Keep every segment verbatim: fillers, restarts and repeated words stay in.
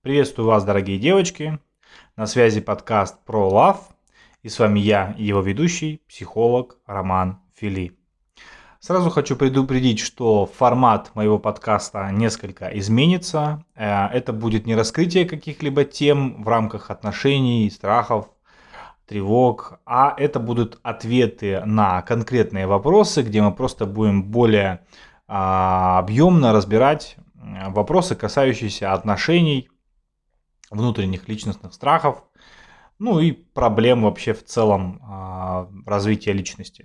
Приветствую вас, дорогие девочки. На связи подкаст про Love. И с вами я, его ведущий, психолог Роман Фили. Сразу хочу предупредить, что формат моего подкаста несколько изменится. Э, Это будет не раскрытие каких-либо тем в рамках отношений, страхов, тревог, а это будут ответы на конкретные вопросы, где мы просто будем более а, объемно разбирать м, вопросы, касающиеся отношений, внутренних личностных страхов, ну и проблем вообще в целом а, развития личности.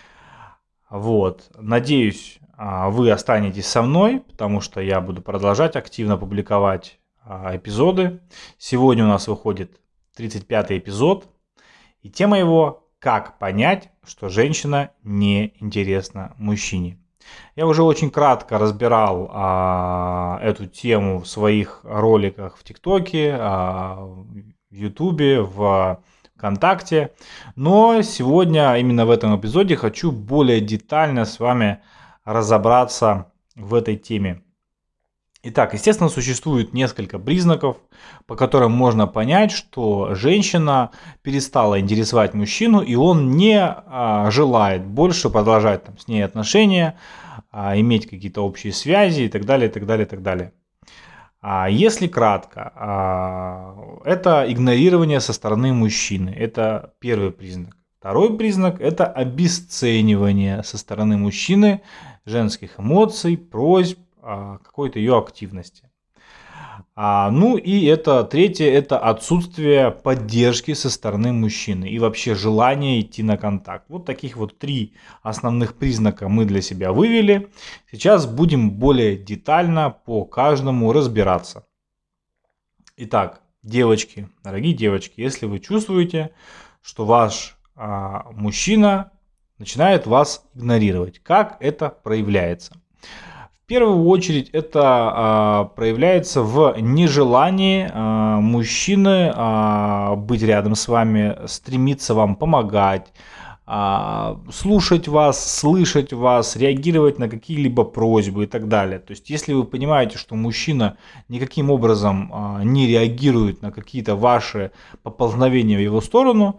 Вот. Надеюсь, а, вы останетесь со мной, потому что я буду продолжать активно публиковать а, эпизоды. Сегодня у нас выходит тридцать пятый эпизод, и тема его «Как понять, что женщина не интересна мужчине». Я уже очень кратко разбирал а, эту тему в своих роликах в ТикТоке, а, в Ютубе, в ВКонтакте. Но сегодня именно в этом эпизоде хочу более детально с вами разобраться в этой теме. Итак, естественно, существует несколько признаков, по которым можно понять, что женщина перестала интересовать мужчину, и он не а, желает больше продолжать там, с ней отношения, а, иметь какие-то общие связи и так далее, и так далее, и так далее. А если кратко, а, это игнорирование со стороны мужчины. Это первый признак. Второй признак – это обесценивание со стороны мужчины женских эмоций, просьб, а, какой-то ее активности. А, ну и это третье – это отсутствие поддержки со стороны мужчины и вообще желание идти на контакт. Вот таких вот три основных признака мы для себя вывели. Сейчас будем более детально по каждому разбираться. Итак, девочки, дорогие девочки, если вы чувствуете, что ваш а, мужчина начинает вас игнорировать, как это проявляется? В первую очередь это а, проявляется в нежелании а, мужчины а, быть рядом с вами, стремиться вам помогать, а, слушать вас, слышать вас, реагировать на какие-либо просьбы и так далее. То есть, если вы понимаете, что мужчина никаким образом а, не реагирует на какие-то ваши поползновения в его сторону,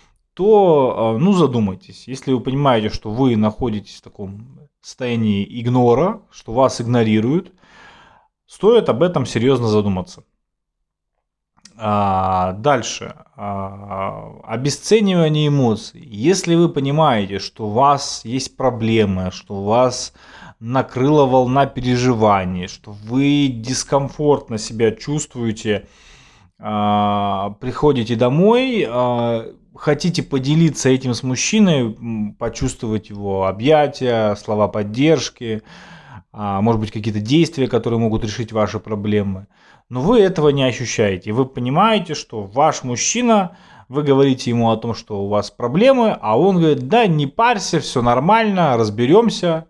то, ну, задумайтесь. Если вы понимаете, что вы находитесь в таком состоянии игнора, что вас игнорируют, стоит об этом серьезно задуматься. А, дальше. А, обесценивание эмоций. Если вы понимаете, что у вас есть проблемы, что у вас накрыла волна переживаний, что вы дискомфортно себя чувствуете, а, приходите домой, а, хотите поделиться этим с мужчиной, почувствовать его объятия, слова поддержки, а, может быть, какие-то действия, которые могут решить ваши проблемы. Но вы этого не ощущаете. Вы понимаете, что ваш мужчина, вы говорите ему о том, что у вас проблемы, а он говорит: да не парься, все нормально, разберемся,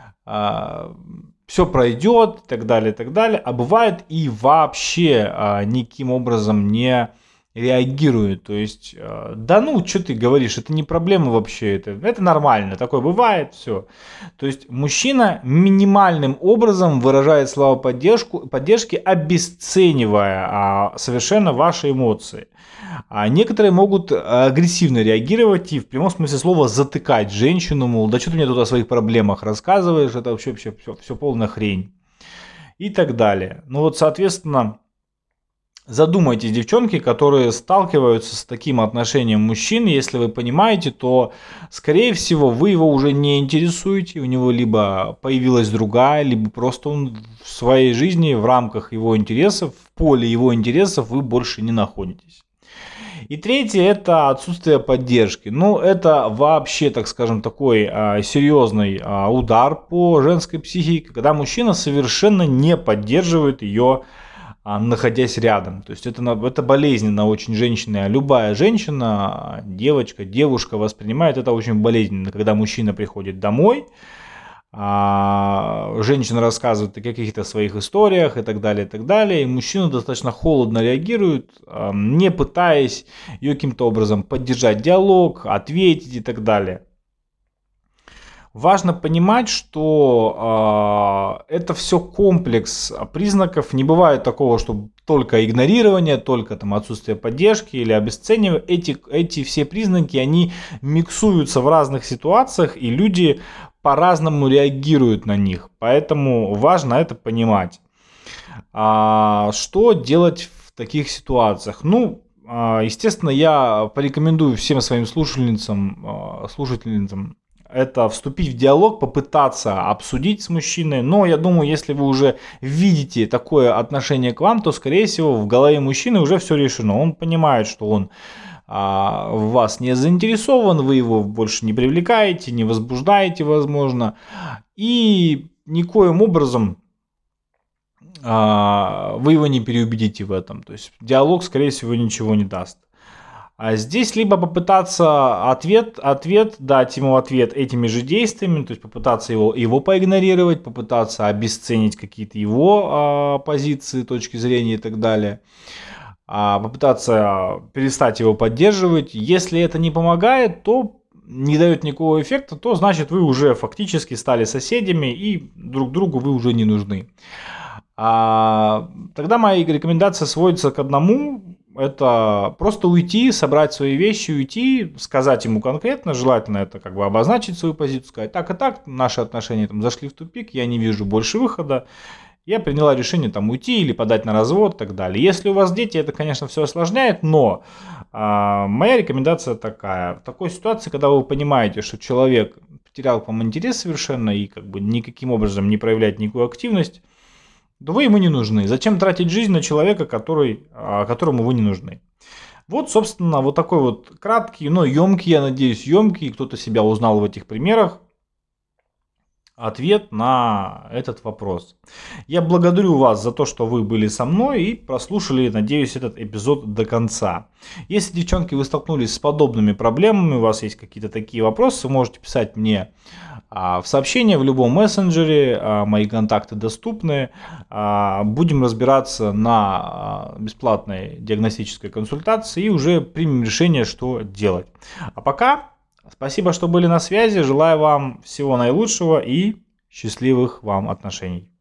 все пройдет, и так далее, и так далее. А бывает и вообще а, никаким образом не реагирует. То есть, а, да ну, что ты говоришь, это не проблема вообще, это, это нормально, такое бывает, все. То есть, мужчина минимальным образом выражает слова поддержку, поддержки, обесценивая а, совершенно ваши эмоции. А некоторые могут агрессивно реагировать и в прямом смысле слова затыкать женщину, мол, да что ты мне тут о своих проблемах рассказываешь, это вообще, вообще все, все полная хрень и так далее. Ну вот, соответственно, задумайтесь, девчонки, которые сталкиваются с таким отношением мужчин. Если вы понимаете, то, скорее всего, вы его уже не интересуете. У него либо появилась другая, либо просто он в своей жизни в рамках его интересов, в поле его интересов вы больше не находитесь. И третье – это отсутствие поддержки. Ну, это вообще, так скажем, такой а, серьезный а, удар по женской психике, когда мужчина совершенно не поддерживает ее, а, находясь рядом. То есть это, это болезненно очень женщина. Любая женщина, девочка, девушка воспринимает это очень болезненно, когда мужчина приходит домой, а, женщина рассказывает о каких-то своих историях и так далее, и так далее, и мужчина достаточно холодно реагирует, а, не пытаясь ее каким-то образом поддержать диалог, ответить и так далее. Важно понимать, что э, это все комплекс признаков. Не бывает такого, что только игнорирование, только там отсутствие поддержки или обесценивание. Эти, эти все признаки, они миксуются в разных ситуациях, и люди по-разному реагируют на них. Поэтому важно это понимать. А, что делать в таких ситуациях? Ну, а, естественно, я порекомендую всем своим слушательницам, а, слушательницам это вступить в диалог, попытаться обсудить с мужчиной. Но я думаю, если вы уже видите такое отношение к вам, то, скорее всего, в голове мужчины уже все решено. Он понимает, что он а, в вас не заинтересован, вы его больше не привлекаете, не возбуждаете, возможно. И никоим образом а, вы его не переубедите в этом. То есть диалог, скорее всего, ничего не даст. А здесь либо попытаться ответ, ответ, дать ему ответ этими же действиями, то есть попытаться его, его поигнорировать, попытаться обесценить какие-то его а, позиции, точки зрения и так далее. А, попытаться перестать его поддерживать. Если это не помогает, то не дает никакого эффекта, то значит вы уже фактически стали соседями и друг другу вы уже не нужны. А, тогда моя рекомендация сводится к одному. Это просто уйти, собрать свои вещи, уйти, сказать ему конкретно, желательно это как бы обозначить свою позицию, сказать так и так, наши отношения там зашли в тупик, я не вижу больше выхода, я приняла решение там уйти или подать на развод и так далее. Если у вас дети, это, конечно, все осложняет, но а, моя рекомендация такая. В такой ситуации, когда вы понимаете, что человек потерял к вам интерес совершенно и как бы никаким образом не проявляет никакую активность, то вы ему не нужны. Зачем тратить жизнь на человека, который, которому вы не нужны? Вот, собственно, вот такой вот краткий, но емкий, я надеюсь, емкий, кто-то себя узнал в этих примерах, ответ на этот вопрос. Я благодарю вас за то, что вы были со мной и прослушали, надеюсь, этот эпизод до конца. Если, девчонки, вы столкнулись с подобными проблемами, у вас есть какие-то такие вопросы, вы можете писать мне в сообщения в любом мессенджере, мои контакты доступны. Будем разбираться на бесплатной диагностической консультации и уже примем решение, что делать. А пока... Спасибо, что были на связи. Желаю вам всего наилучшего и счастливых вам отношений.